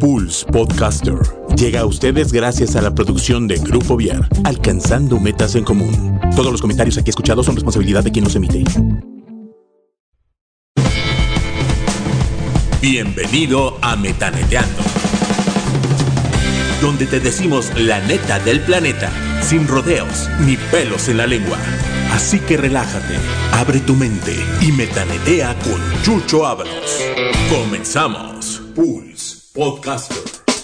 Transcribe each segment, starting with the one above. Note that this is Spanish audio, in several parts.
Pulse Podcaster llega a ustedes gracias a la producción de Grupo Viar, alcanzando metas en común. Todos los comentarios aquí escuchados son responsabilidad de quien los emite. Bienvenido a Metaneteando, donde te decimos la neta del planeta, sin rodeos ni pelos en la lengua. Así que relájate, abre tu mente y metanetea con Chucho Ábalos. Comenzamos. Pulse Podcaster.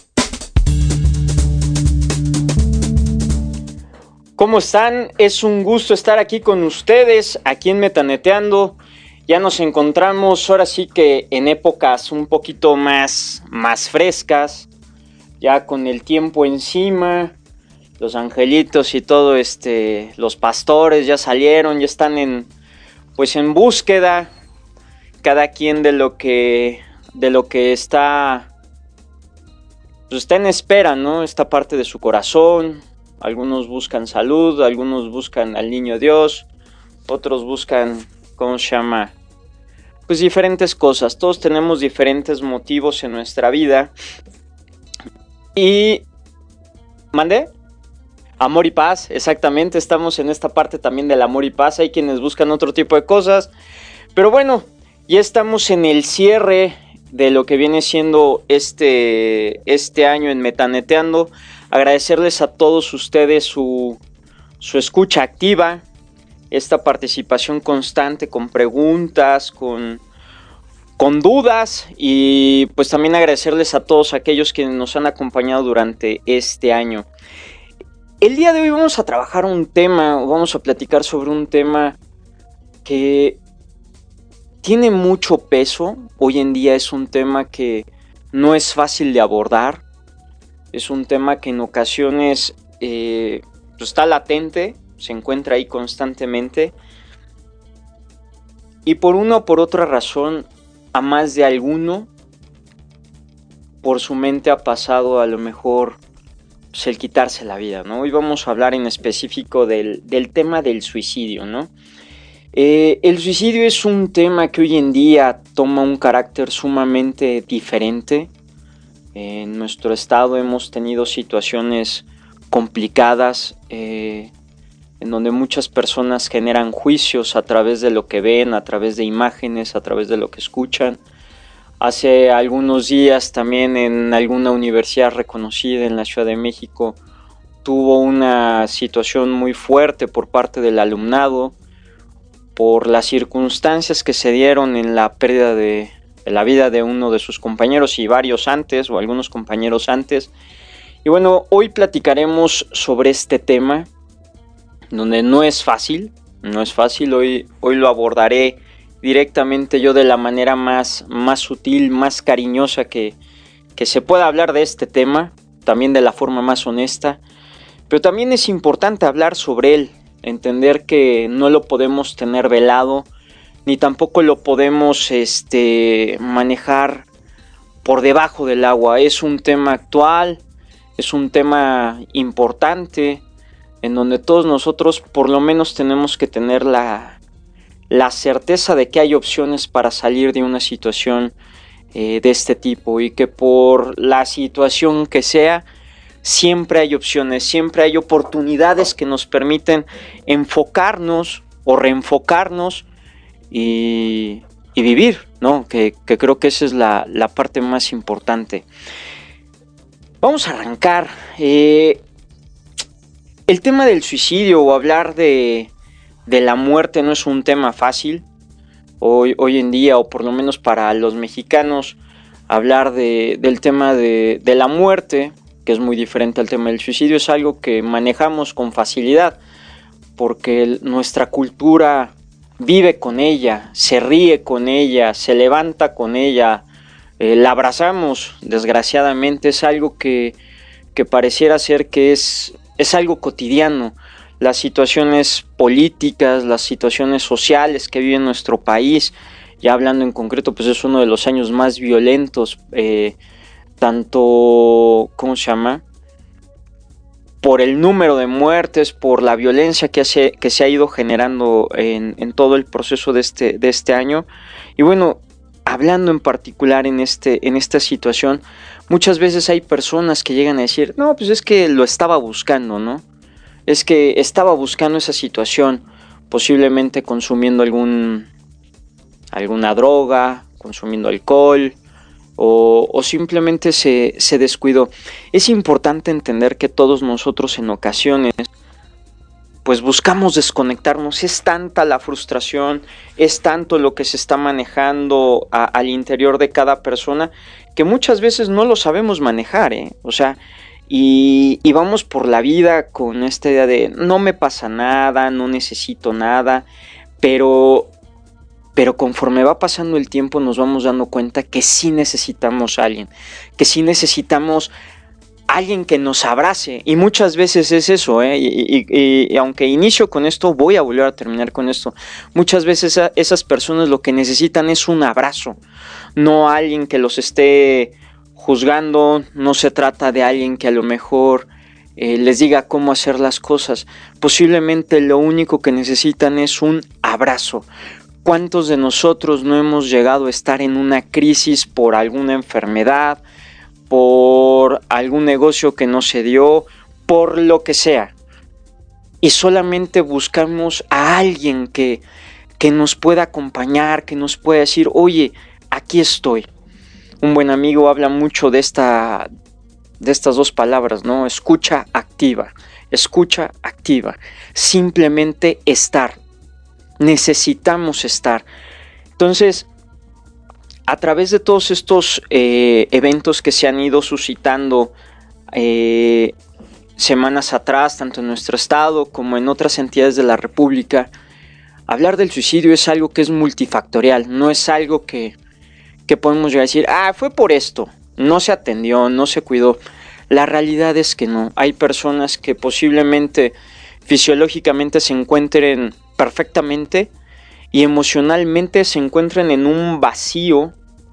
¿Cómo están? Es un gusto estar aquí con ustedes, aquí en Metaneteando. Ya nos encontramos ahora sí que en épocas un poquito más frescas, ya con el tiempo encima. Los angelitos y todo, los pastores ya salieron, ya están en búsqueda, cada quien de lo que está, pues está en espera, ¿no? Esta parte de su corazón. Algunos buscan salud, algunos buscan al niño Dios, otros buscan, ¿cómo se llama? Pues diferentes cosas. Todos tenemos diferentes motivos en nuestra vida. Y ¿mandé? Amor y paz, exactamente, estamos en esta parte también del amor y paz. Hay quienes buscan otro tipo de cosas, pero bueno, ya estamos en el cierre de lo que viene siendo este año en Metaneteando. Agradecerles a todos ustedes su escucha activa, esta participación constante con preguntas, con dudas, y pues también agradecerles a todos aquellos que nos han acompañado durante este año. El día de hoy vamos a platicar sobre un tema que tiene mucho peso. Hoy en día es un tema que no es fácil de abordar. Es un tema que en ocasiones está latente, se encuentra ahí constantemente. Y por una o por otra razón, a más de alguno, por su mente ha pasado a lo mejor el quitarse la vida, ¿no? Hoy vamos a hablar en específico del tema del suicidio, ¿no? El suicidio es un tema que hoy en día toma un carácter sumamente diferente. En nuestro estado hemos tenido situaciones complicadas, en donde muchas personas generan juicios a través de lo que ven, a través de imágenes, a través de lo que escuchan. Hace algunos días también en alguna universidad reconocida en la Ciudad de México tuvo una situación muy fuerte por parte del alumnado por las circunstancias que se dieron en la pérdida de la vida de uno de sus compañeros y varios antes, o algunos compañeros antes. Y bueno, hoy platicaremos sobre este tema, donde no es fácil, hoy lo abordaré directamente yo de la manera más sutil, más cariñosa que se pueda hablar de este tema, también de la forma más honesta, pero también es importante hablar sobre él, entender que no lo podemos tener velado, ni tampoco lo podemos manejar por debajo del agua. Es un tema actual, es un tema importante, en donde todos nosotros por lo menos tenemos que tener la certeza de que hay opciones para salir de una situación de este tipo, y que por la situación que sea, siempre hay opciones, siempre hay oportunidades que nos permiten enfocarnos o reenfocarnos y vivir, ¿no? Que creo que esa es la parte más importante. Vamos a arrancar. El tema del suicidio o hablar de la muerte no es un tema fácil hoy en día, o por lo menos para los mexicanos. Hablar del tema de la muerte, que es muy diferente al tema del suicidio, es algo que manejamos con facilidad, porque nuestra cultura vive con ella, se ríe con ella, se levanta con ella, la abrazamos. Desgraciadamente es algo que pareciera ser que es algo cotidiano. Las situaciones políticas, las situaciones sociales que vive nuestro país, ya hablando en concreto, pues es uno de los años más violentos, tanto, ¿cómo se llama?, por el número de muertes, por la violencia que se ha ido generando en todo el proceso de este año. Y bueno, hablando en particular en esta situación, muchas veces hay personas que llegan a decir, no, pues es que lo estaba buscando, ¿no? Es que estaba buscando esa situación, posiblemente consumiendo alguna droga, consumiendo alcohol, o simplemente se descuidó. Es importante entender que todos nosotros en ocasiones pues buscamos desconectarnos. Es tanta la frustración, es tanto lo que se está manejando al interior de cada persona, que muchas veces no lo sabemos manejar, O sea, y vamos por la vida con esta idea de no me pasa nada, no necesito nada, pero conforme va pasando el tiempo nos vamos dando cuenta que sí necesitamos a alguien, que sí necesitamos alguien que nos abrace, y muchas veces es eso, y aunque inicio con esto, voy a volver a terminar con esto. Muchas veces esas personas lo que necesitan es un abrazo, no alguien que los esté juzgando, no se trata de alguien que a lo mejor les diga cómo hacer las cosas. Posiblemente lo único que necesitan es un abrazo. ¿Cuántos de nosotros no hemos llegado a estar en una crisis por alguna enfermedad, por algún negocio que no se dio, por lo que sea? Y solamente buscamos a alguien que nos pueda acompañar, que nos pueda decir, oye, aquí estoy. Un buen amigo habla mucho de estas dos palabras, ¿no? Escucha activa. Escucha activa. Simplemente estar. Necesitamos estar. Entonces, a través de todos estos eventos que se han ido suscitando semanas atrás, tanto en nuestro estado como en otras entidades de la República, hablar del suicidio es algo que es multifactorial, no es algo que podemos llegar a decir, fue por esto, no se atendió, no se cuidó. La realidad es que no, hay personas que posiblemente fisiológicamente se encuentren perfectamente y emocionalmente se encuentren en un vacío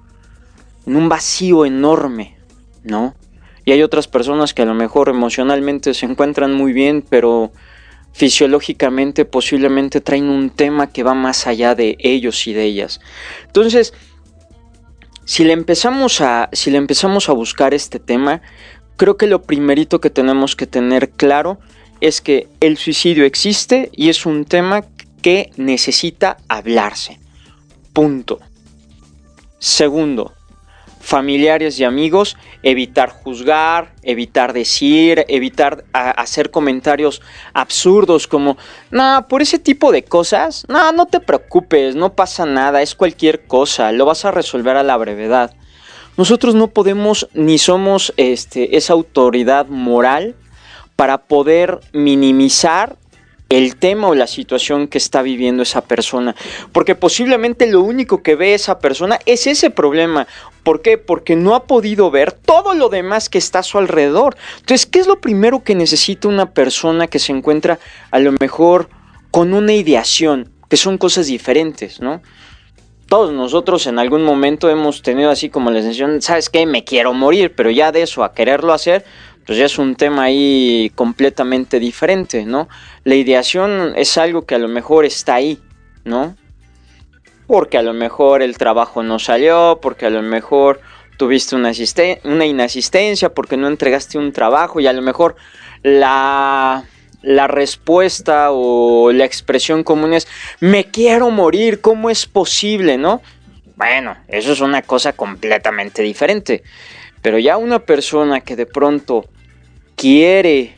enorme, ¿no? Y hay otras personas que a lo mejor emocionalmente se encuentran muy bien, pero fisiológicamente posiblemente traen un tema que va más allá de ellos y de ellas. Entonces, si le empezamos a buscar este tema, creo que lo primerito que tenemos que tener claro es que el suicidio existe y es un tema que necesita hablarse. Punto. Segundo, familiares y amigos, evitar juzgar, evitar decir, evitar hacer comentarios absurdos como, por ese tipo de cosas, no te preocupes, no pasa nada, es cualquier cosa, lo vas a resolver a la brevedad. Nosotros no podemos ni somos esa autoridad moral para poder minimizar el tema o la situación que está viviendo esa persona, porque posiblemente lo único que ve esa persona es ese problema. ¿Por qué? Porque no ha podido ver todo lo demás que está a su alrededor. Entonces, ¿qué es lo primero que necesita una persona que se encuentra a lo mejor con una ideación? Que son cosas diferentes, ¿no? Todos nosotros en algún momento hemos tenido así como la sensación, ¿sabes qué? Me quiero morir, pero ya de eso a quererlo hacer, pues ya es un tema ahí completamente diferente, ¿no? La ideación es algo que a lo mejor está ahí, ¿no? Porque a lo mejor el trabajo no salió, porque a lo mejor tuviste una inasistencia, porque no entregaste un trabajo y a lo mejor la respuesta o la expresión común es me quiero morir, ¿cómo es posible, no? Bueno, eso es una cosa completamente diferente. Pero ya una persona que de pronto quiere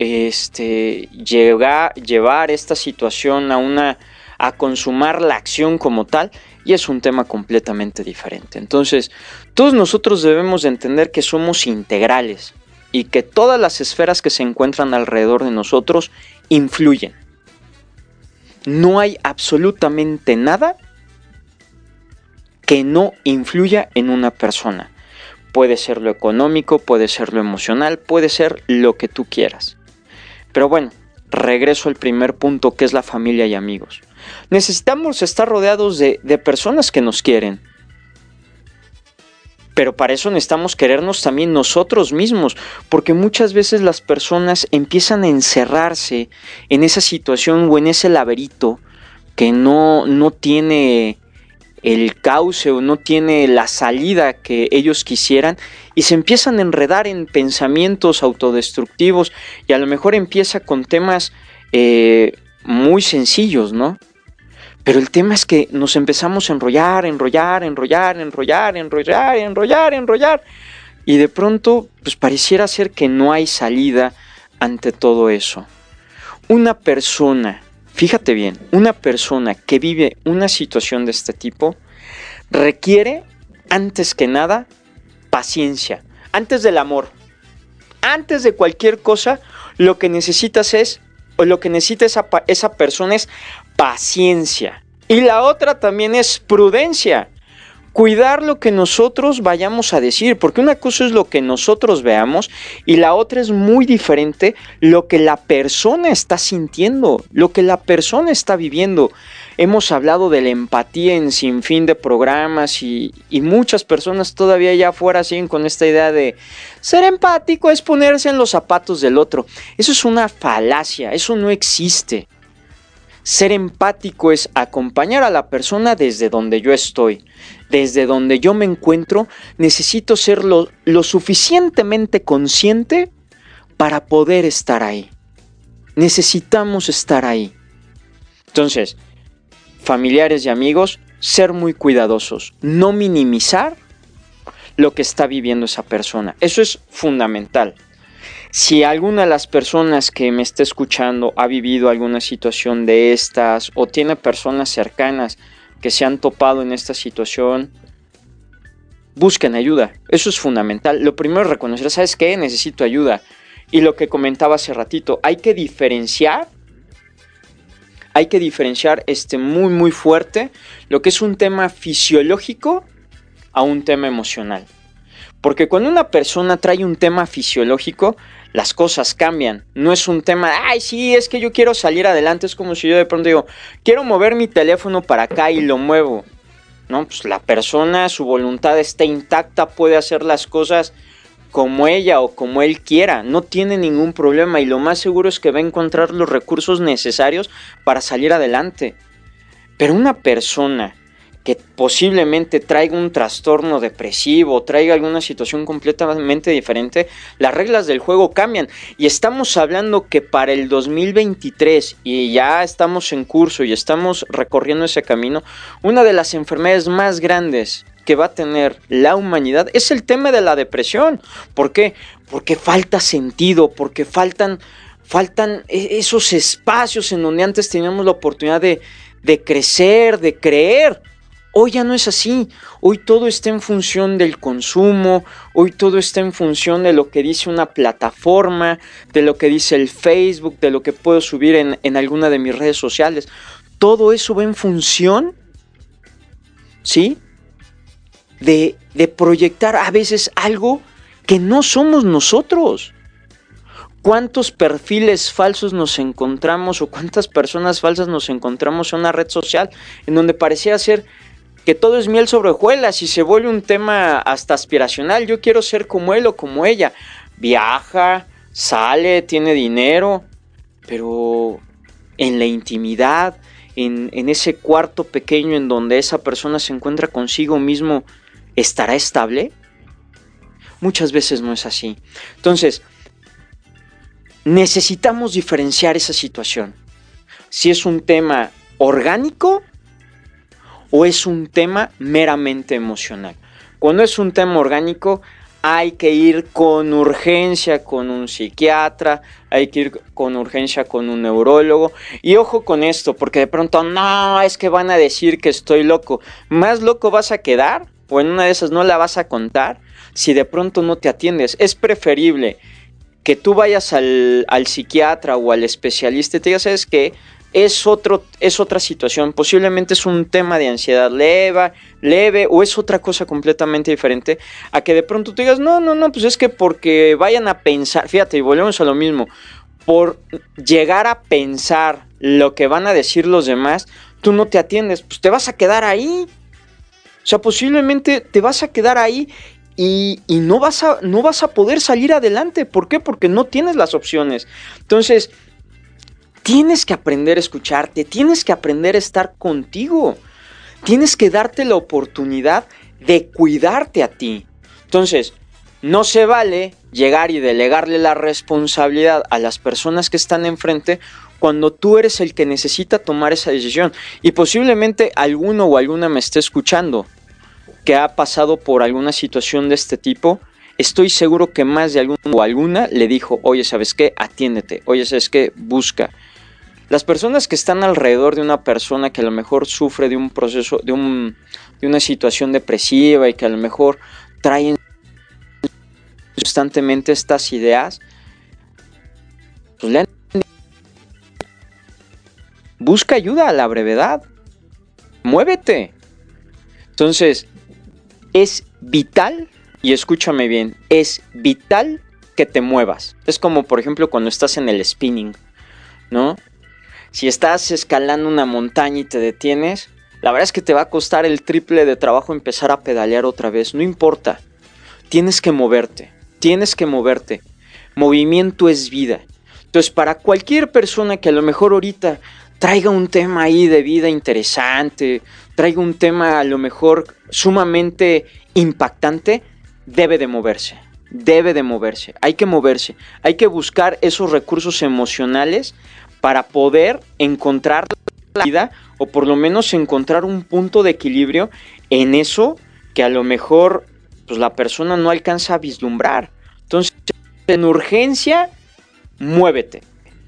llevar esta situación a consumar la acción como tal, y es un tema completamente diferente. Entonces, todos nosotros debemos de entender que somos integrales y que todas las esferas que se encuentran alrededor de nosotros influyen. No hay absolutamente nada que no influya en una persona. Puede ser lo económico, puede ser lo emocional, puede ser lo que tú quieras. Pero bueno, regreso al primer punto, que es la familia y amigos. Necesitamos estar rodeados de personas que nos quieren. Pero para eso necesitamos querernos también nosotros mismos, porque muchas veces las personas empiezan a encerrarse en esa situación o en ese laberinto que no tiene el cauce o no tiene la salida que ellos quisieran y se empiezan a enredar en pensamientos autodestructivos y a lo mejor empieza con temas muy sencillos, ¿no? Pero el tema es que nos empezamos a enrollar y de pronto pues pareciera ser que no hay salida ante todo eso. Una persona, fíjate bien, una persona que vive una situación de este tipo requiere, antes que nada, paciencia. Antes del amor, antes de cualquier cosa, lo que necesita esa persona es paciencia. Y la otra también es prudencia. Cuidar lo que nosotros vayamos a decir, porque una cosa es lo que nosotros veamos y la otra es muy diferente lo que la persona está sintiendo, lo que la persona está viviendo. Hemos hablado de la empatía en sinfín de programas y muchas personas todavía allá afuera siguen con esta idea de ser empático es ponerse en los zapatos del otro. Eso es una falacia, eso no existe. Ser empático es acompañar a la persona desde donde yo estoy, desde donde yo me encuentro. Necesito ser lo suficientemente consciente para poder estar ahí. Necesitamos estar ahí. Entonces, familiares y amigos, ser muy cuidadosos, no minimizar lo que está viviendo esa persona. Eso es fundamental. Si alguna de las personas que me está escuchando ha vivido alguna situación de estas o tiene personas cercanas que se han topado en esta situación, busquen ayuda. Eso es fundamental. Lo primero es reconocer, ¿sabes qué? Necesito ayuda. Y lo que comentaba hace ratito, hay que diferenciar muy muy fuerte lo que es un tema fisiológico a un tema emocional. Porque cuando una persona trae un tema fisiológico, las cosas cambian. No es un tema, ay, sí, es que yo quiero salir adelante. Es como si yo de pronto digo, quiero mover mi teléfono para acá y lo muevo. No, pues la persona, su voluntad está intacta, puede hacer las cosas como ella o como él quiera. No tiene ningún problema y lo más seguro es que va a encontrar los recursos necesarios para salir adelante. Pero una persona que posiblemente traiga un trastorno depresivo, traiga alguna situación completamente diferente, las reglas del juego cambian. Y estamos hablando que para el 2023, y ya estamos en curso y estamos recorriendo ese camino, una de las enfermedades más grandes que va a tener la humanidad es el tema de la depresión. ¿Por qué? Porque falta sentido, porque faltan esos espacios en donde antes teníamos la oportunidad de crecer, de creer. Hoy ya no es así. Hoy todo está en función del consumo, hoy todo está en función de lo que dice una plataforma, de lo que dice el Facebook, de lo que puedo subir en alguna de mis redes sociales. Todo eso va en función, ¿sí?, de proyectar a veces algo que no somos nosotros. ¿Cuántos perfiles falsos nos encontramos o cuántas personas falsas nos encontramos en una red social en donde parecía ser que todo es miel sobre hojuelas y se vuelve un tema hasta aspiracional? Yo quiero ser como él o como ella. Viaja, sale, tiene dinero, pero en la intimidad, en ese cuarto pequeño en donde esa persona se encuentra consigo mismo, ¿estará estable? Muchas veces no es así. Entonces, necesitamos diferenciar esa situación. Si es un tema orgánico o es un tema meramente emocional. Cuando es un tema orgánico, hay que ir con urgencia con un psiquiatra, hay que ir con urgencia con un neurólogo. Y ojo con esto, porque de pronto, no, es que van a decir que estoy loco. Más loco vas a quedar, o en una de esas no la vas a contar, si de pronto no te atiendes. Es preferible que tú vayas al psiquiatra o al especialista y te digas, ¿sabes qué? Es otra situación, posiblemente es un tema de ansiedad leve o es otra cosa completamente diferente a que de pronto tú digas, no, pues es que porque vayan a pensar, fíjate, y volvemos a lo mismo, por llegar a pensar lo que van a decir los demás, tú no te atiendes, pues te vas a quedar ahí, o sea, posiblemente te vas a quedar ahí y no vas a poder salir adelante. ¿Por qué? Porque no tienes las opciones. Entonces, tienes que aprender a escucharte, tienes que aprender a estar contigo. tienes que darte la oportunidad de cuidarte a ti. Entonces, no se vale llegar y delegarle la responsabilidad a las personas que están enfrente cuando tú eres el que necesita tomar esa decisión. Y posiblemente alguno o alguna me esté escuchando que ha pasado por alguna situación de este tipo. Estoy seguro que más de alguno o alguna le dijo, oye, ¿sabes qué? Atiéndete. Oye, ¿sabes qué? Busca. Las personas que están alrededor de una persona que a lo mejor sufre de un proceso, de una situación depresiva y que a lo mejor traen constantemente estas ideas, pues busca ayuda a la brevedad, muévete. Entonces, es vital, y escúchame bien, es vital que te muevas. Es como, por ejemplo, cuando estás en el spinning, ¿no? Si estás escalando una montaña y te detienes, la verdad es que te va a costar el triple de trabajo empezar a pedalear otra vez. No importa, tienes que moverte. Movimiento es vida. Entonces, para cualquier persona que a lo mejor ahorita traiga un tema ahí de vida interesante, traiga un tema a lo mejor sumamente impactante, debe de moverse. Hay que moverse. Hay que buscar esos recursos emocionales para poder encontrar la vida o por lo menos encontrar un punto de equilibrio en eso que a lo mejor pues, la persona no alcanza a vislumbrar. Entonces, en urgencia, muévete.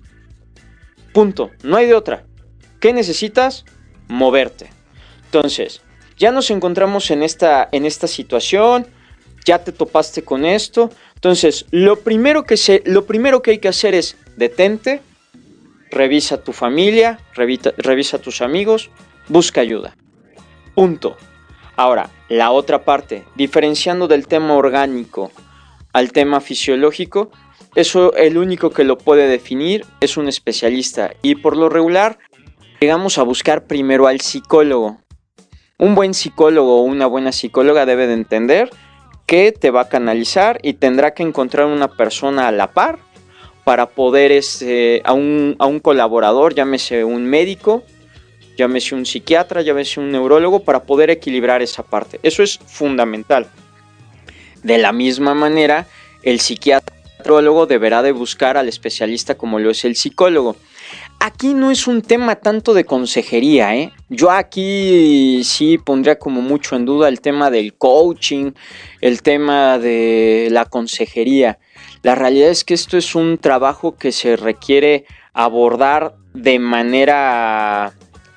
Punto. No hay de otra. ¿Qué necesitas? Moverte. Entonces, ya nos encontramos en esta situación, ya te topaste con esto. Entonces, lo primero que hay que hacer es detente, revisa a tu familia, revisa a tus amigos, busca ayuda. Punto. Ahora, la otra parte, diferenciando del tema orgánico al tema fisiológico, eso el único que lo puede definir es un especialista y por lo regular llegamos a buscar primero al psicólogo. Un buen psicólogo o una buena psicóloga debe de entender que te va a canalizar y tendrá que encontrar una persona a la par para poder a un colaborador, llámese un médico, llámese un psiquiatra, llámese un neurólogo, para poder equilibrar esa parte. Eso es fundamental. De la misma manera, el psiquiatrólogo deberá de buscar al especialista como lo es el psicólogo. Aquí no es un tema tanto de consejería, ¿eh? Yo aquí sí pondría como mucho en duda el tema del coaching, el tema de la consejería. La realidad es que esto es un trabajo que se requiere abordar de manera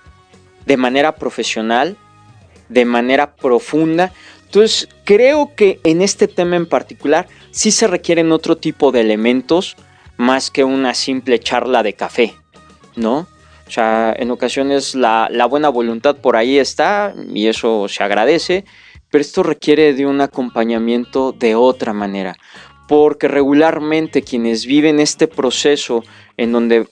profesional, de manera profunda. Entonces, creo que en este tema en particular sí se requieren otro tipo de elementos más que una simple charla de café, ¿no? O sea, en ocasiones la buena voluntad por ahí está y eso se agradece, pero esto requiere de un acompañamiento de otra manera, porque regularmente quienes viven este proceso en donde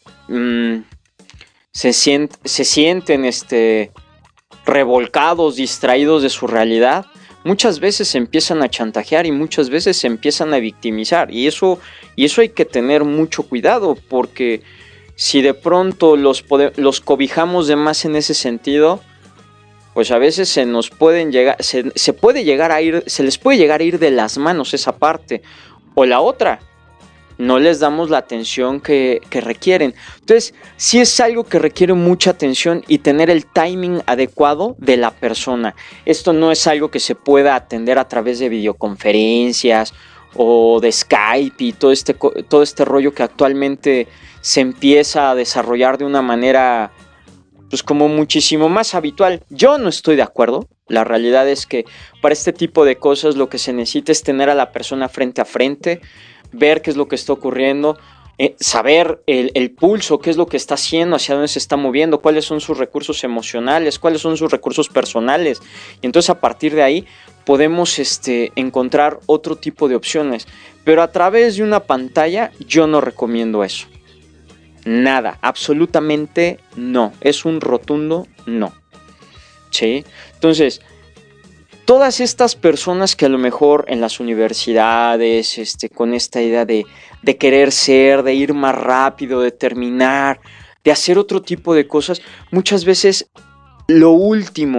se sienten revolcados, distraídos de su realidad, muchas veces se empiezan a chantajear y muchas veces se empiezan a victimizar, y eso hay que tener mucho cuidado, porque si de pronto los cobijamos de más en ese sentido, pues a veces se les puede llegar a ir de las manos esa parte. O la otra, no les damos la atención que requieren. Entonces, sí es algo que requiere mucha atención y tener el timing adecuado de la persona. Esto no es algo que se pueda atender a través de videoconferencias o de Skype y todo este rollo que actualmente se empieza a desarrollar de una manera pues como muchísimo más habitual. Yo no estoy de acuerdo. La realidad es que para este tipo de cosas lo que se necesita es tener a la persona frente a frente, ver qué es lo que está ocurriendo, saber el pulso, qué es lo que está haciendo, hacia dónde se está moviendo, cuáles son sus recursos emocionales, cuáles son sus recursos personales. Y entonces a partir de ahí podemos encontrar otro tipo de opciones. Pero a través de una pantalla yo no recomiendo eso. Nada, absolutamente no. Es un rotundo no. ¿Sí? Entonces, todas estas personas que a lo mejor en las universidades, con esta idea de querer ser, de ir más rápido, de terminar, de hacer otro tipo de cosas, muchas veces lo último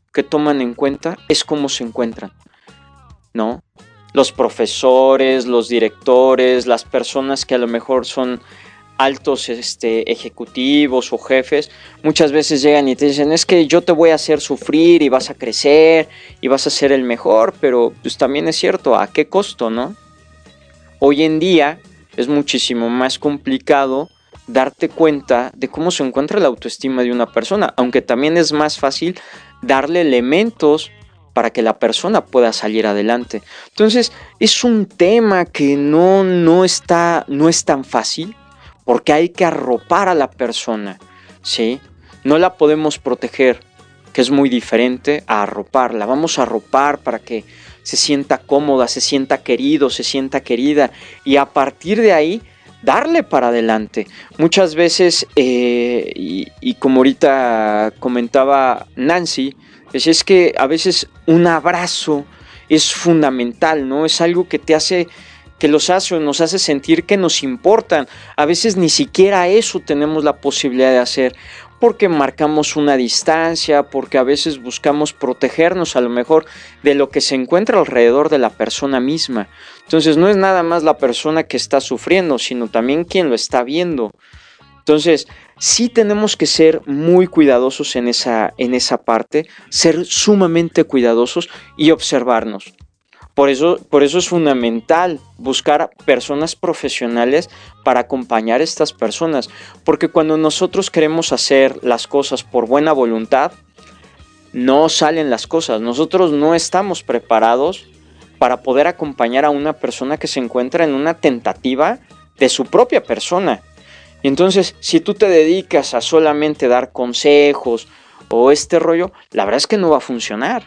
que toman en cuenta es cómo se encuentran, ¿no? Los profesores, los directores, las personas que a lo mejor son altos ejecutivos o jefes, muchas veces llegan y te dicen, es que yo te voy a hacer sufrir y vas a crecer y vas a ser el mejor, pero pues también es cierto, ¿a qué costo, no? Hoy en día es muchísimo más complicado darte cuenta de cómo se encuentra la autoestima de una persona, aunque también es más fácil darle elementos para que la persona pueda salir adelante. Entonces, es un tema que no es tan fácil, porque hay que arropar a la persona, ¿sí? No la podemos proteger, que es muy diferente a arroparla. Vamos a arropar para que se sienta cómoda, se sienta querido, se sienta querida, y a partir de ahí darle para adelante. Muchas veces, y como ahorita comentaba Nancy, es que a veces un abrazo es fundamental, ¿no? Es algo que te hace, que nos hace sentir que nos importan. A veces ni siquiera eso tenemos la posibilidad de hacer, porque marcamos una distancia, porque a veces buscamos protegernos a lo mejor de lo que se encuentra alrededor de la persona misma. Entonces no es nada más la persona que está sufriendo, sino también quien lo está viendo. Entonces sí tenemos que ser muy cuidadosos en esa parte, ser sumamente cuidadosos y observarnos. Por eso es fundamental buscar personas profesionales para acompañar a estas personas, porque cuando nosotros queremos hacer las cosas por buena voluntad, no salen las cosas. Nosotros no estamos preparados para poder acompañar a una persona que se encuentra en una tentativa de su propia persona. Y entonces, si tú te dedicas a solamente dar consejos o este rollo, la verdad es que no va a funcionar,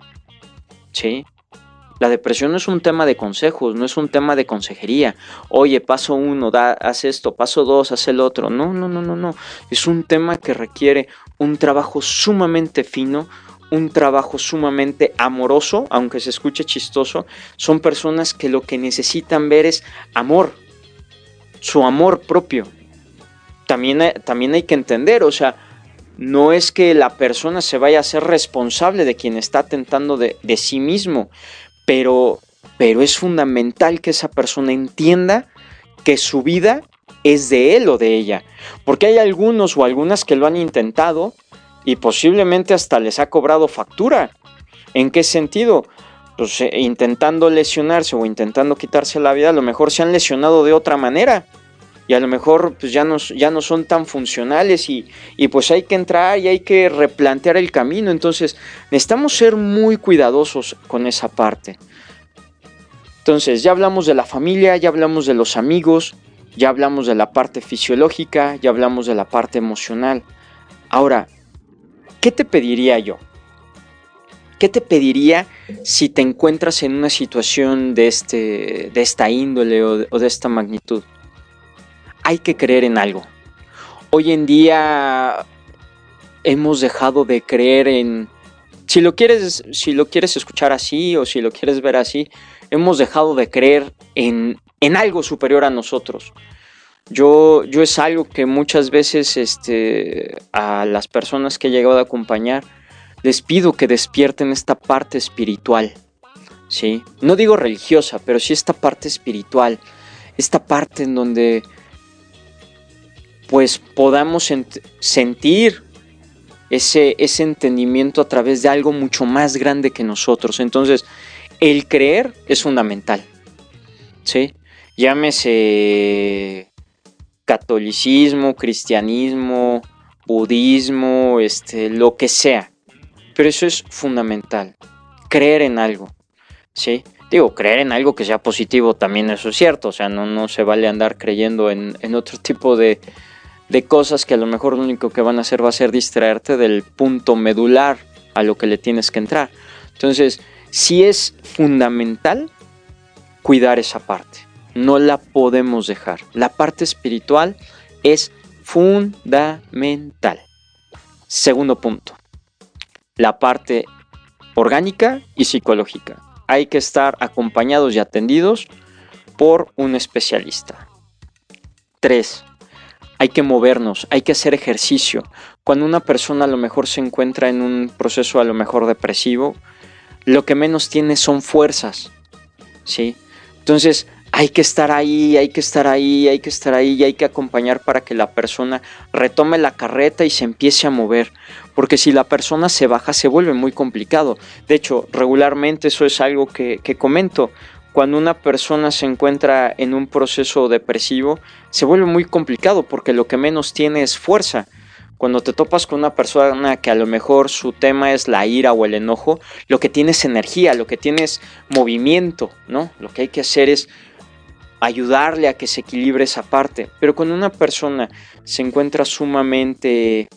¿sí? La depresión no es un tema de consejos, no es un tema de consejería. Oye, paso 1, haz esto, paso 2, haz el otro. No. Es un tema que requiere un trabajo sumamente fino, un trabajo sumamente amoroso, aunque se escuche chistoso. Son personas que lo que necesitan ver es amor, su amor propio. También hay que entender, o sea, no es que la persona se vaya a ser responsable de quien está atentando de sí mismo, pero es fundamental que esa persona entienda que su vida es de él o de ella, porque hay algunos o algunas que lo han intentado y posiblemente hasta les ha cobrado factura. ¿En qué sentido? Pues intentando lesionarse o intentando quitarse la vida, a lo mejor se han lesionado de otra manera y a lo mejor pues ya no son tan funcionales y pues hay que entrar y hay que replantear el camino. Entonces necesitamos ser muy cuidadosos con esa parte. Entonces ya hablamos de la familia, ya hablamos de los amigos, ya hablamos de la parte fisiológica, ya hablamos de la parte emocional. Ahora, ¿qué te pediría yo? ¿Qué te pediría si te encuentras en una situación de esta índole o de esta magnitud? Hay que creer en algo. Hoy en día hemos dejado de creer en... Si lo quieres escuchar así o si lo quieres ver así, hemos dejado de creer en algo superior a nosotros. Yo es algo que muchas veces a las personas que he llegado a acompañar les pido que despierten esta parte espiritual, ¿sí? No digo religiosa, pero sí esta parte espiritual, esta parte en donde pues podamos sentir ese entendimiento a través de algo mucho más grande que nosotros. Entonces, el creer es fundamental, ¿sí? Llámese catolicismo, cristianismo, budismo, lo que sea. Pero eso es fundamental, creer en algo, ¿sí? Digo, creer en algo que sea positivo también, eso es cierto. O sea, no se vale andar creyendo en otro tipo de cosas que a lo mejor lo único que van a hacer va a ser distraerte del punto medular a lo que le tienes que entrar. Entonces, sí es fundamental cuidar esa parte. No la podemos dejar. La parte espiritual es fundamental. Segundo punto, la parte orgánica y psicológica. Hay que estar acompañados y atendidos por un especialista. 3. Hay que movernos, hay que hacer ejercicio. cuando una persona a lo mejor se encuentra en un proceso a lo mejor depresivo, lo que menos tiene son fuerzas, ¿sí? Entonces hay que estar ahí, hay que estar ahí, hay que estar ahí y hay que acompañar para que la persona retome la carreta y se empiece a mover. Porque si la persona se baja se vuelve muy complicado. De hecho, regularmente eso es algo que comento. Cuando una persona se encuentra en un proceso depresivo, se vuelve muy complicado porque lo que menos tiene es fuerza. Cuando te topas con una persona que a lo mejor su tema es la ira o el enojo, lo que tiene es energía, lo que tiene es movimiento, ¿no? Lo que hay que hacer es ayudarle a que se equilibre esa parte. Pero cuando una persona se encuentra sumamente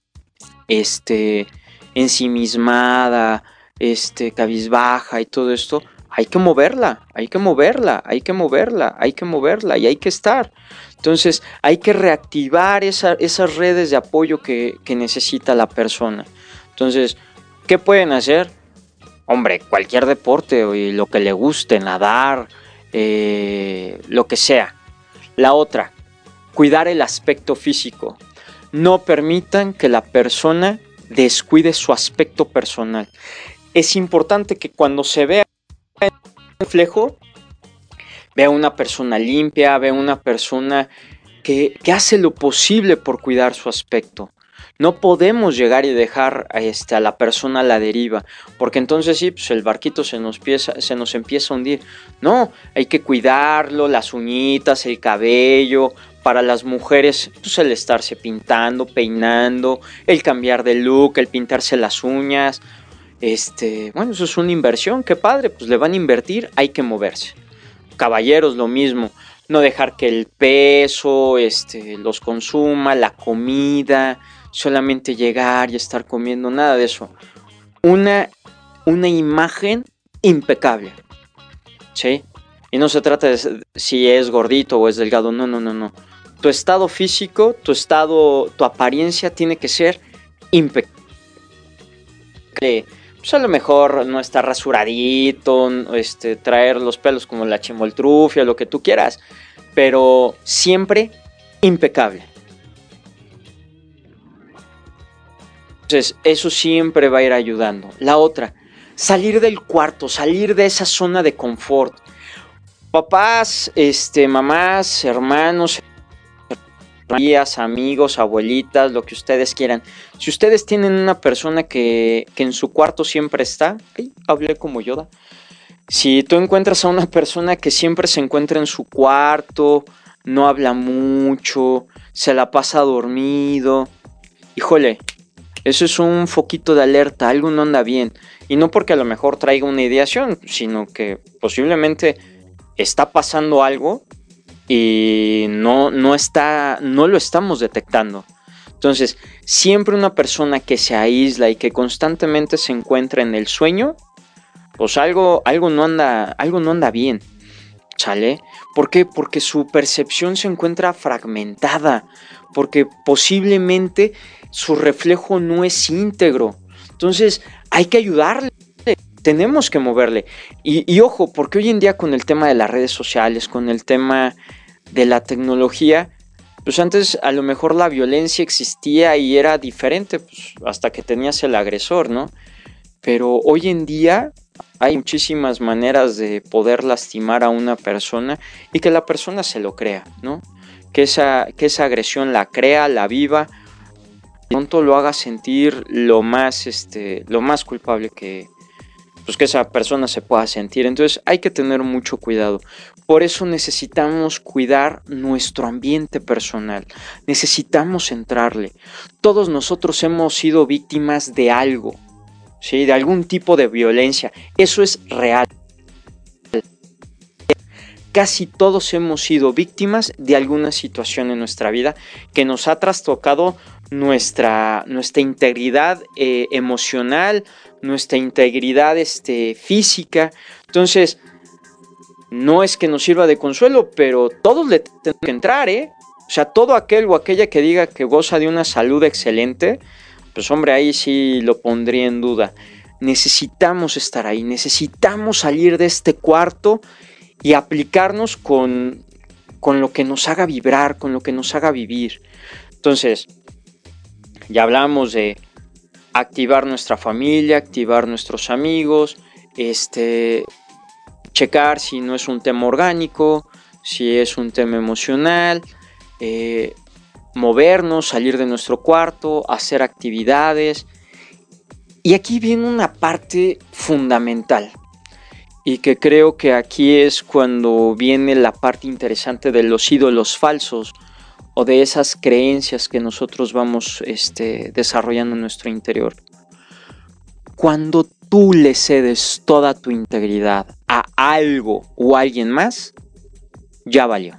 ensimismada, cabizbaja y todo esto, hay que moverla, hay que moverla, hay que moverla, hay que moverla y hay que estar. Entonces hay que reactivar esas redes de apoyo que necesita la persona. Entonces, ¿qué pueden hacer? Hombre, cualquier deporte o lo que le guste, nadar, lo que sea. La otra, cuidar el aspecto físico. No permitan que la persona descuide su aspecto personal. Es importante que cuando se vea en el reflejo, vea una persona limpia, vea una persona que hace lo posible por cuidar su aspecto. No podemos llegar y dejar a la persona a la deriva, porque entonces sí, pues el barquito se nos empieza a hundir. No, hay que cuidarlo, las uñitas, el cabello. Para las mujeres, pues el estarse pintando, peinando, el cambiar de look, el pintarse las uñas. Bueno, eso es una inversión, qué padre, pues le van a invertir, hay que moverse. Caballeros, lo mismo. No dejar que el peso los consuma, la comida, solamente llegar y estar comiendo, nada de eso. Una imagen impecable, ¿sí? Y no se trata de si es gordito o es delgado, no. Tu estado físico, tu apariencia tiene que ser impecable. Pues a lo mejor no estar rasuradito, traer los pelos como la chimoltrufia, lo que tú quieras, pero siempre impecable. Entonces, eso siempre va a ir ayudando. La otra, salir del cuarto, salir de esa zona de confort. Papás, mamás, hermanos, tías, amigos, abuelitas, lo que ustedes quieran. Si ustedes tienen una persona que en su cuarto siempre está, hablé como Yoda. Si tú encuentras a una persona que siempre se encuentra en su cuarto, no habla mucho, se la pasa dormido, híjole, eso es un foquito de alerta, algo no anda bien. Y no porque a lo mejor traiga una ideación, sino que posiblemente está pasando algo y no lo estamos detectando. Entonces, siempre una persona que se aísla y que constantemente se encuentra en el sueño, pues algo no anda bien, ¿sale? ¿Por qué? Porque su percepción se encuentra fragmentada, porque posiblemente su reflejo no es íntegro. Entonces, hay que ayudarle. Tenemos que moverle. Y ojo, porque hoy en día con el tema de las redes sociales, con el tema de la tecnología, pues antes a lo mejor la violencia existía y era diferente, pues hasta que tenías el agresor, ¿no? Pero hoy en día hay muchísimas maneras de poder lastimar a una persona y que la persona se lo crea, ¿no? Que esa agresión la crea, la viva, y pronto lo haga sentir lo más culpable que esa persona se pueda sentir. Entonces hay que tener mucho cuidado. Por eso necesitamos cuidar nuestro ambiente personal. Necesitamos entrarle. Todos nosotros hemos sido víctimas de algo, ¿sí? De algún tipo de violencia. Eso es real. Casi todos hemos sido víctimas de alguna situación en nuestra vida que nos ha trastocado nuestra integridad emocional, nuestra integridad física. Entonces, no es que nos sirva de consuelo, pero todos le tenemos que entrar, ¿eh? O sea, todo aquel o aquella que diga que goza de una salud excelente, pues hombre, ahí sí lo pondría en duda. Necesitamos estar ahí, necesitamos salir de este cuarto y aplicarnos con lo que nos haga vibrar, con lo que nos haga vivir. Entonces, Ya hablamos de activar nuestra familia, activar nuestros amigos, checar si no es un tema orgánico, si es un tema emocional, movernos, salir de nuestro cuarto, hacer actividades. Y aquí viene una parte fundamental, y que creo que aquí es cuando viene la parte interesante de los ídolos falsos o de esas creencias que nosotros vamos desarrollando en nuestro interior. Cuando tú le cedes toda tu integridad a algo o a alguien más, ya valió.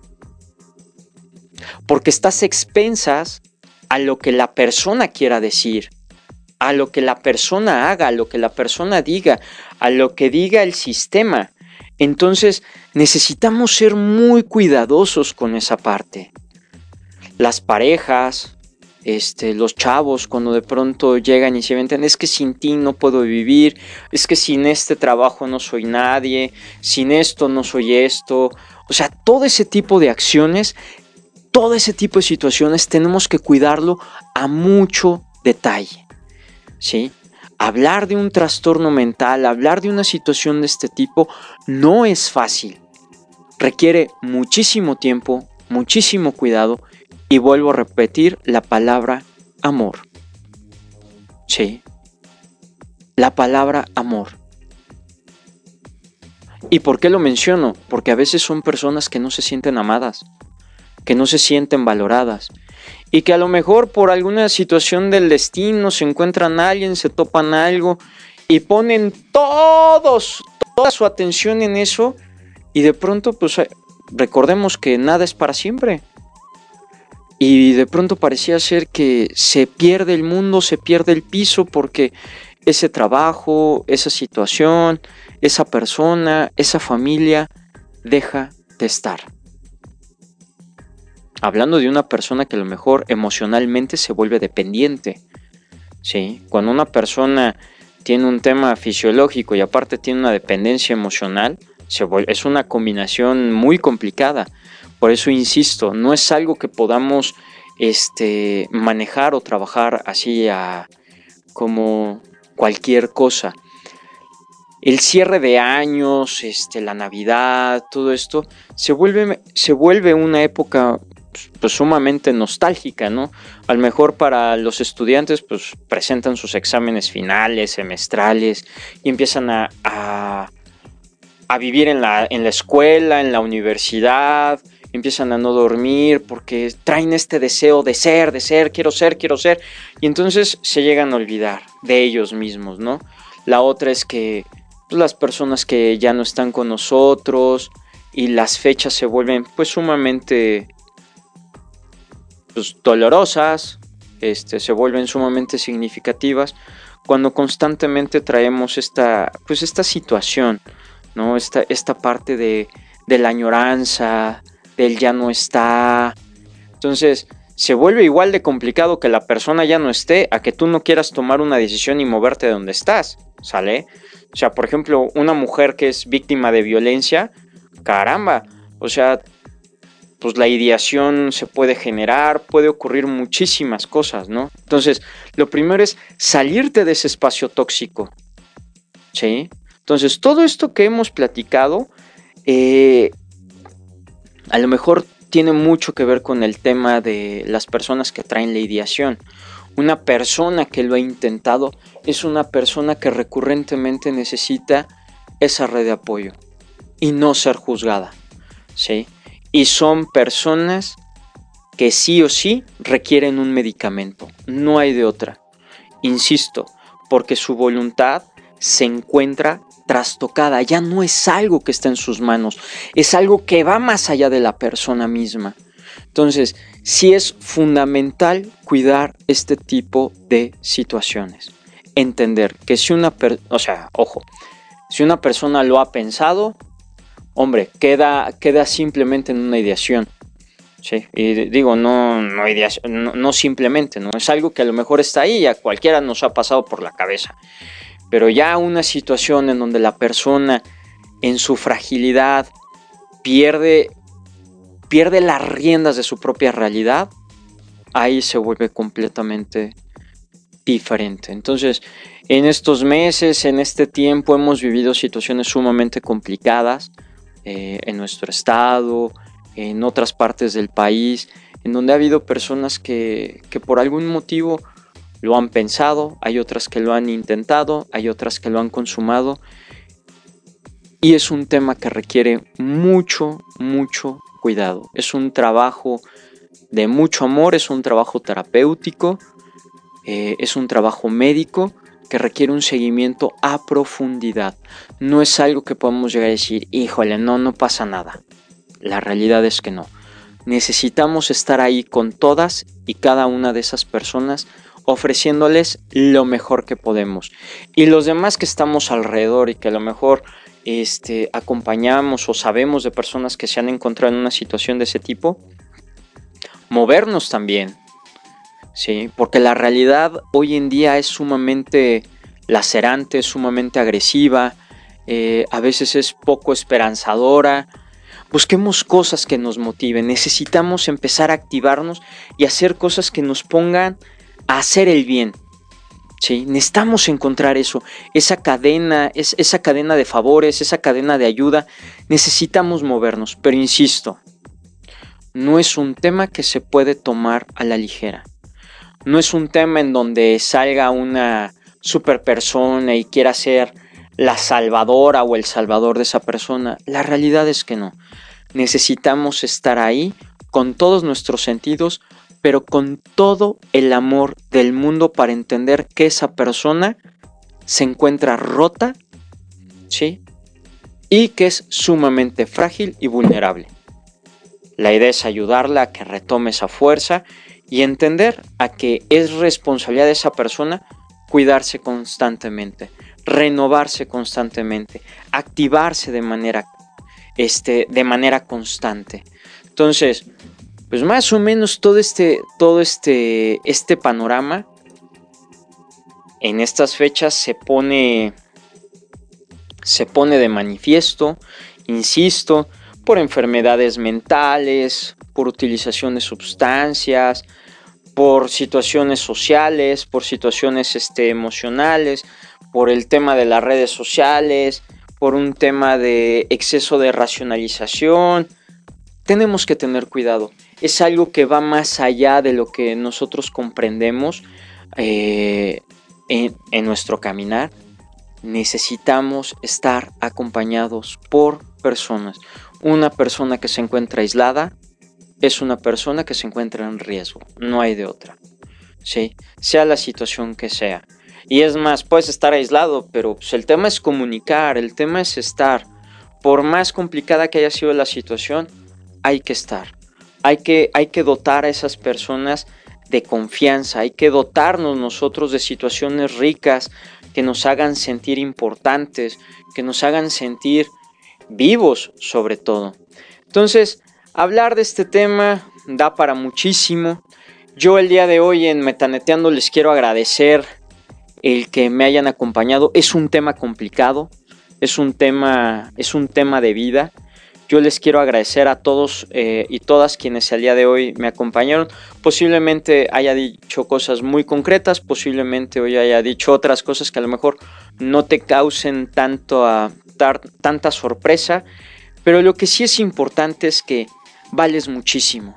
Porque estás expensas a lo que la persona quiera decir, a lo que la persona haga, a lo que la persona diga, a lo que diga el sistema. Entonces necesitamos ser muy cuidadosos con esa parte. Las parejas, los chavos, cuando de pronto llegan y se inventan, es que sin ti no puedo vivir, es que sin este trabajo no soy nadie, sin esto no soy esto. O sea, todo ese tipo de acciones, todo ese tipo de situaciones tenemos que cuidarlo a mucho detalle, ¿sí? Hablar de un trastorno mental, hablar de una situación de este tipo no es fácil. Requiere muchísimo tiempo, muchísimo cuidado, y vuelvo a repetir la palabra amor. Sí, la palabra amor. ¿Y por qué lo menciono? Porque a veces son personas que no se sienten amadas, que no se sienten valoradas, y que a lo mejor por alguna situación del destino se encuentran a alguien, se topan algo y ponen toda su atención en eso, y de pronto pues recordemos que nada es para siempre, y de pronto parecía ser que se pierde el mundo, se pierde el piso, porque ese trabajo, esa situación, esa persona, esa familia deja de estar. Hablando de una persona que a lo mejor emocionalmente se vuelve dependiente, ¿sí? Cuando una persona tiene un tema fisiológico y aparte tiene una dependencia emocional, es una combinación muy complicada. Por eso insisto, no es algo que podamos manejar o trabajar así como cualquier cosa. El cierre de años, la Navidad, todo esto se vuelve una época pues sumamente nostálgica, ¿no? A lo mejor para los estudiantes pues presentan sus exámenes finales, semestrales, y empiezan a vivir en la escuela, en la universidad, empiezan a no dormir porque traen este deseo de ser, quiero ser, y entonces se llegan a olvidar de ellos mismos, ¿no? La otra es que pues, las personas que ya no están con nosotros y las fechas se vuelven pues sumamente pues, dolorosas, se vuelven sumamente significativas cuando constantemente traemos esta situación, ¿no? Esta parte de la añoranza, del ya no está. Entonces se vuelve igual de complicado que la persona ya no esté a que tú no quieras tomar una decisión y moverte de donde estás, ¿sale? O sea, por ejemplo, una mujer que es víctima de violencia, caramba, o sea, pues la ideación se puede generar, puede ocurrir muchísimas cosas, ¿no? Entonces, lo primero es salirte de ese espacio tóxico, ¿sí? Entonces, todo esto que hemos platicado, a lo mejor tiene mucho que ver con el tema de las personas que traen la ideación. Una persona que lo ha intentado es una persona que recurrentemente necesita esa red de apoyo y no ser juzgada, ¿sí? Y son personas que sí o sí requieren un medicamento, no hay de otra. Insisto, porque su voluntad se encuentra trastocada, ya no es algo que está en sus manos, es algo que va más allá de la persona misma. Entonces, sí es fundamental cuidar este tipo de situaciones. Entender que si una persona lo ha pensado, hombre, queda simplemente en una ideación, ¿sí? Y digo, no ideación, no simplemente, ¿no? Es algo que a lo mejor está ahí y a cualquiera nos ha pasado por la cabeza. Pero ya una situación en donde la persona en su fragilidad pierde las riendas de su propia realidad, ahí se vuelve completamente diferente. Entonces, en estos meses, en este tiempo, hemos vivido situaciones sumamente complicadas en nuestro estado, en otras partes del país, en donde ha habido personas que por algún motivo lo han pensado, hay otras que lo han intentado, hay otras que lo han consumado, y es un tema que requiere mucho cuidado. Es un trabajo de mucho amor, es un trabajo terapéutico, es un trabajo médico que requiere un seguimiento a profundidad. No es algo que podemos llegar a decir, híjole, no pasa nada. La realidad es que no. Necesitamos estar ahí con todas y cada una de esas personas, ofreciéndoles lo mejor que podemos. Y los demás que estamos alrededor y que a lo mejor acompañamos o sabemos de personas que se han encontrado en una situación de ese tipo, movernos también, ¿sí? Porque la realidad hoy en día es sumamente lacerante, sumamente agresiva, a veces es poco esperanzadora. Busquemos cosas que nos motiven, necesitamos empezar a activarnos y hacer cosas que nos pongan a hacer el bien, ¿sí? Necesitamos encontrar eso, esa cadena de favores, esa cadena de ayuda. Necesitamos movernos, pero insisto, no es un tema que se puede tomar a la ligera. No es un tema en donde salga una super persona y quiera ser la salvadora o el salvador de esa persona. La realidad es que no. Necesitamos estar ahí con todos nuestros sentidos, pero con todo el amor del mundo para entender que esa persona se encuentra rota, ¿sí? Y que es sumamente frágil y vulnerable. La idea es ayudarla a que retome esa fuerza y entender a que es responsabilidad de esa persona cuidarse constantemente, renovarse constantemente, activarse de manera constante. Entonces, pues más o menos todo este panorama en estas fechas se pone de manifiesto, insisto, por enfermedades mentales, por utilización de sustancias, por situaciones sociales, por situaciones emocionales, por el tema de las redes sociales, por un tema de exceso de racionalización. Tenemos que tener cuidado. Es algo que va más allá de lo que nosotros comprendemos en nuestro caminar. Necesitamos estar acompañados por personas. Una persona que se encuentra aislada es una persona que se encuentra en riesgo, no hay de otra, ¿sí? Sea la situación que sea. Y es más, puedes estar aislado, pero pues, el tema es comunicar, el tema es estar. Por más complicada que haya sido la situación, hay que estar. Hay que dotar a esas personas de confianza, hay que dotarnos nosotros de situaciones ricas que nos hagan sentir importantes, que nos hagan sentir vivos sobre todo. Entonces, hablar de este tema da para muchísimo. Yo el día de hoy en Metaneteando les quiero agradecer el que me hayan acompañado. Es un tema complicado, es un tema de vida. Yo les quiero agradecer a todos y todas quienes el día de hoy me acompañaron. Posiblemente haya dicho cosas muy concretas, posiblemente hoy haya dicho otras cosas que a lo mejor no te causen tanta sorpresa, pero lo que sí es importante es que vales muchísimo.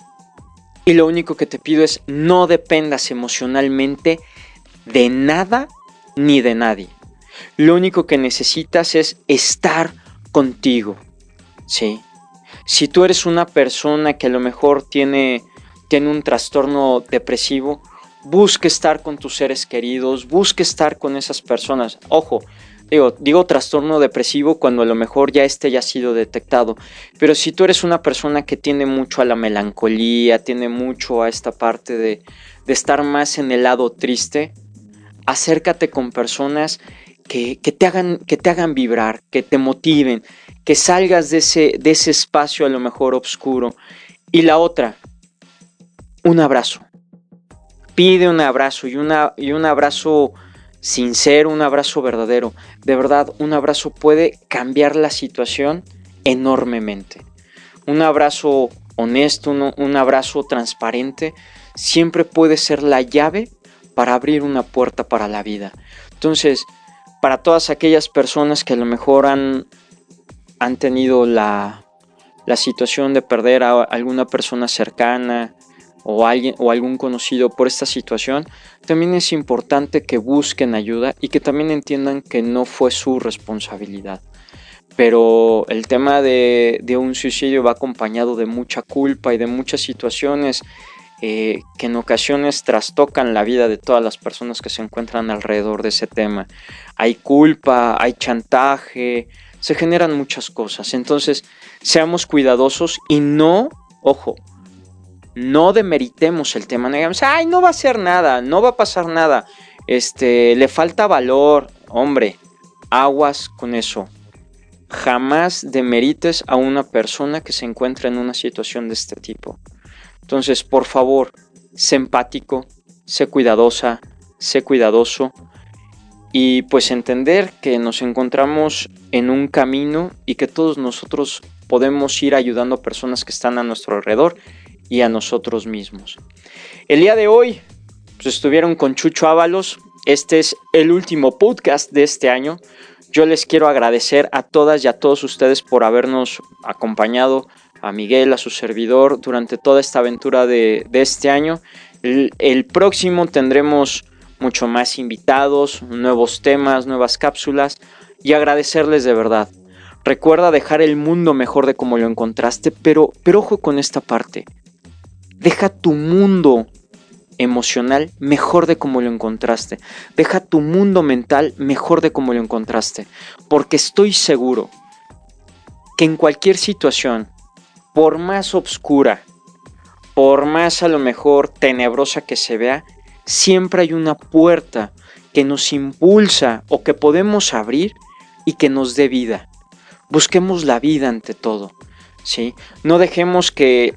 Y lo único que te pido es no dependas emocionalmente de nada ni de nadie. Lo único que necesitas es estar contigo, ¿sí? Si tú eres una persona que a lo mejor tiene un trastorno depresivo, busca estar con tus seres queridos, busca estar con esas personas. Ojo, digo trastorno depresivo cuando a lo mejor ya ha sido detectado, pero si tú eres una persona que tiende mucho a la melancolía, tiende mucho a esta parte de estar más en el lado triste, acércate con personas que te hagan vibrar, que te motiven, que salgas de ese espacio a lo mejor oscuro. Y la otra, un abrazo. Pide un abrazo y un abrazo sincero, un abrazo verdadero. De verdad, un abrazo puede cambiar la situación enormemente. Un abrazo honesto, un abrazo transparente, siempre puede ser la llave para abrir una puerta para la vida. Entonces, para todas aquellas personas que a lo mejor han tenido la situación de perder a alguna persona cercana o algún conocido por esta situación, también es importante que busquen ayuda y que también entiendan que no fue su responsabilidad. Pero el tema de un suicidio va acompañado de mucha culpa y de muchas situaciones que en ocasiones trastocan la vida de todas las personas que se encuentran alrededor de ese tema. Hay culpa, hay chantaje, se generan muchas cosas. Entonces, seamos cuidadosos y no, ojo, no demeritemos el tema. No digamos, ay, no va a hacer nada, no va a pasar nada, le falta valor. Hombre, aguas con eso. Jamás demerites a una persona que se encuentra en una situación de este tipo. Entonces, por favor, sé empático, sé cuidadosa, sé cuidadoso y pues entender que nos encontramos en un camino y que todos nosotros podemos ir ayudando a personas que están a nuestro alrededor y a nosotros mismos. El día de hoy pues, estuvieron con Chucho Ábalos. Este es el último podcast de este año. Yo les quiero agradecer a todas y a todos ustedes por habernos acompañado, a Miguel, a su servidor, durante toda esta aventura de este año. El próximo tendremos mucho más invitados, nuevos temas, nuevas cápsulas y agradecerles de verdad. Recuerda dejar el mundo mejor de como lo encontraste, pero ojo con esta parte. Deja tu mundo emocional mejor de como lo encontraste. Deja tu mundo mental mejor de como lo encontraste. Porque estoy seguro que en cualquier situación, por más oscura, por más a lo mejor tenebrosa que se vea, siempre hay una puerta que nos impulsa o que podemos abrir y que nos dé vida. Busquemos la vida ante todo, ¿sí? No dejemos que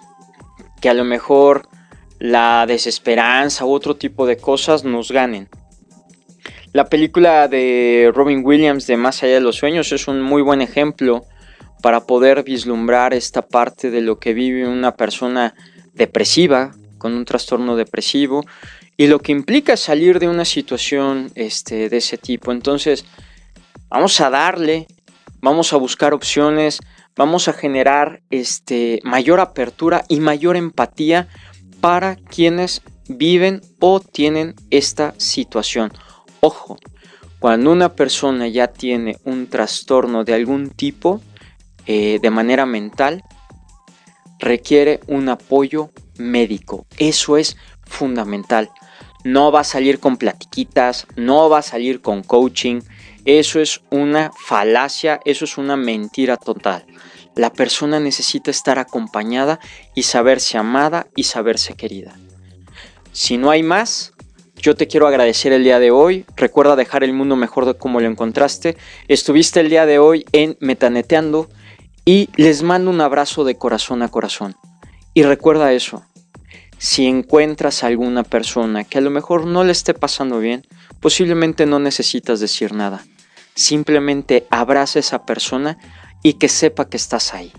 a lo mejor la desesperanza u otro tipo de cosas nos ganen. La película de Robin Williams de Más allá de los sueños es un muy buen ejemplo para poder vislumbrar esta parte de lo que vive una persona depresiva, con un trastorno depresivo, y lo que implica salir de una situación de ese tipo. Entonces, vamos a darle, vamos a buscar opciones, vamos a generar mayor apertura y mayor empatía para quienes viven o tienen esta situación. Ojo, cuando una persona ya tiene un trastorno de algún tipo, de manera mental, requiere un apoyo médico. Eso es fundamental. No va a salir con platiquitas, no va a salir con coaching. Eso es una falacia, eso es una mentira total. La persona necesita estar acompañada y saberse amada y saberse querida. Si no hay más, yo te quiero agradecer el día de hoy. Recuerda dejar el mundo mejor de como lo encontraste. Estuviste el día de hoy en Metaneteando y les mando un abrazo de corazón a corazón. Y recuerda eso. Si encuentras a alguna persona que a lo mejor no le esté pasando bien, posiblemente no necesitas decir nada. Simplemente abraza a esa persona y que sepa que estás ahí.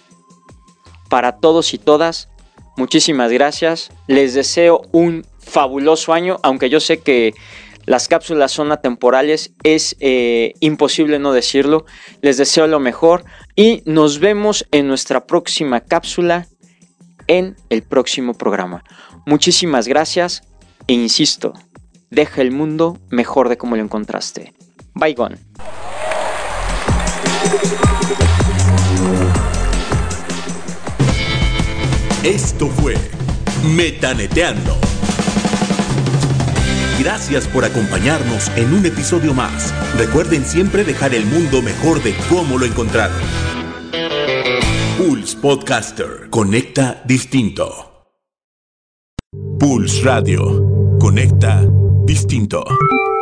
Para todos y todas, muchísimas gracias. Les deseo un fabuloso año, aunque yo sé que las cápsulas son atemporales, es imposible no decirlo. Les deseo lo mejor y nos vemos en nuestra próxima cápsula en el próximo programa. Muchísimas gracias e insisto, deja el mundo mejor de como lo encontraste. Bye gone. Esto fue Metaneteando. Gracias por acompañarnos en un episodio más. Recuerden siempre dejar el mundo mejor de cómo lo encontraron. Pulse Podcaster. Conecta distinto. Pulse Radio. Conecta distinto.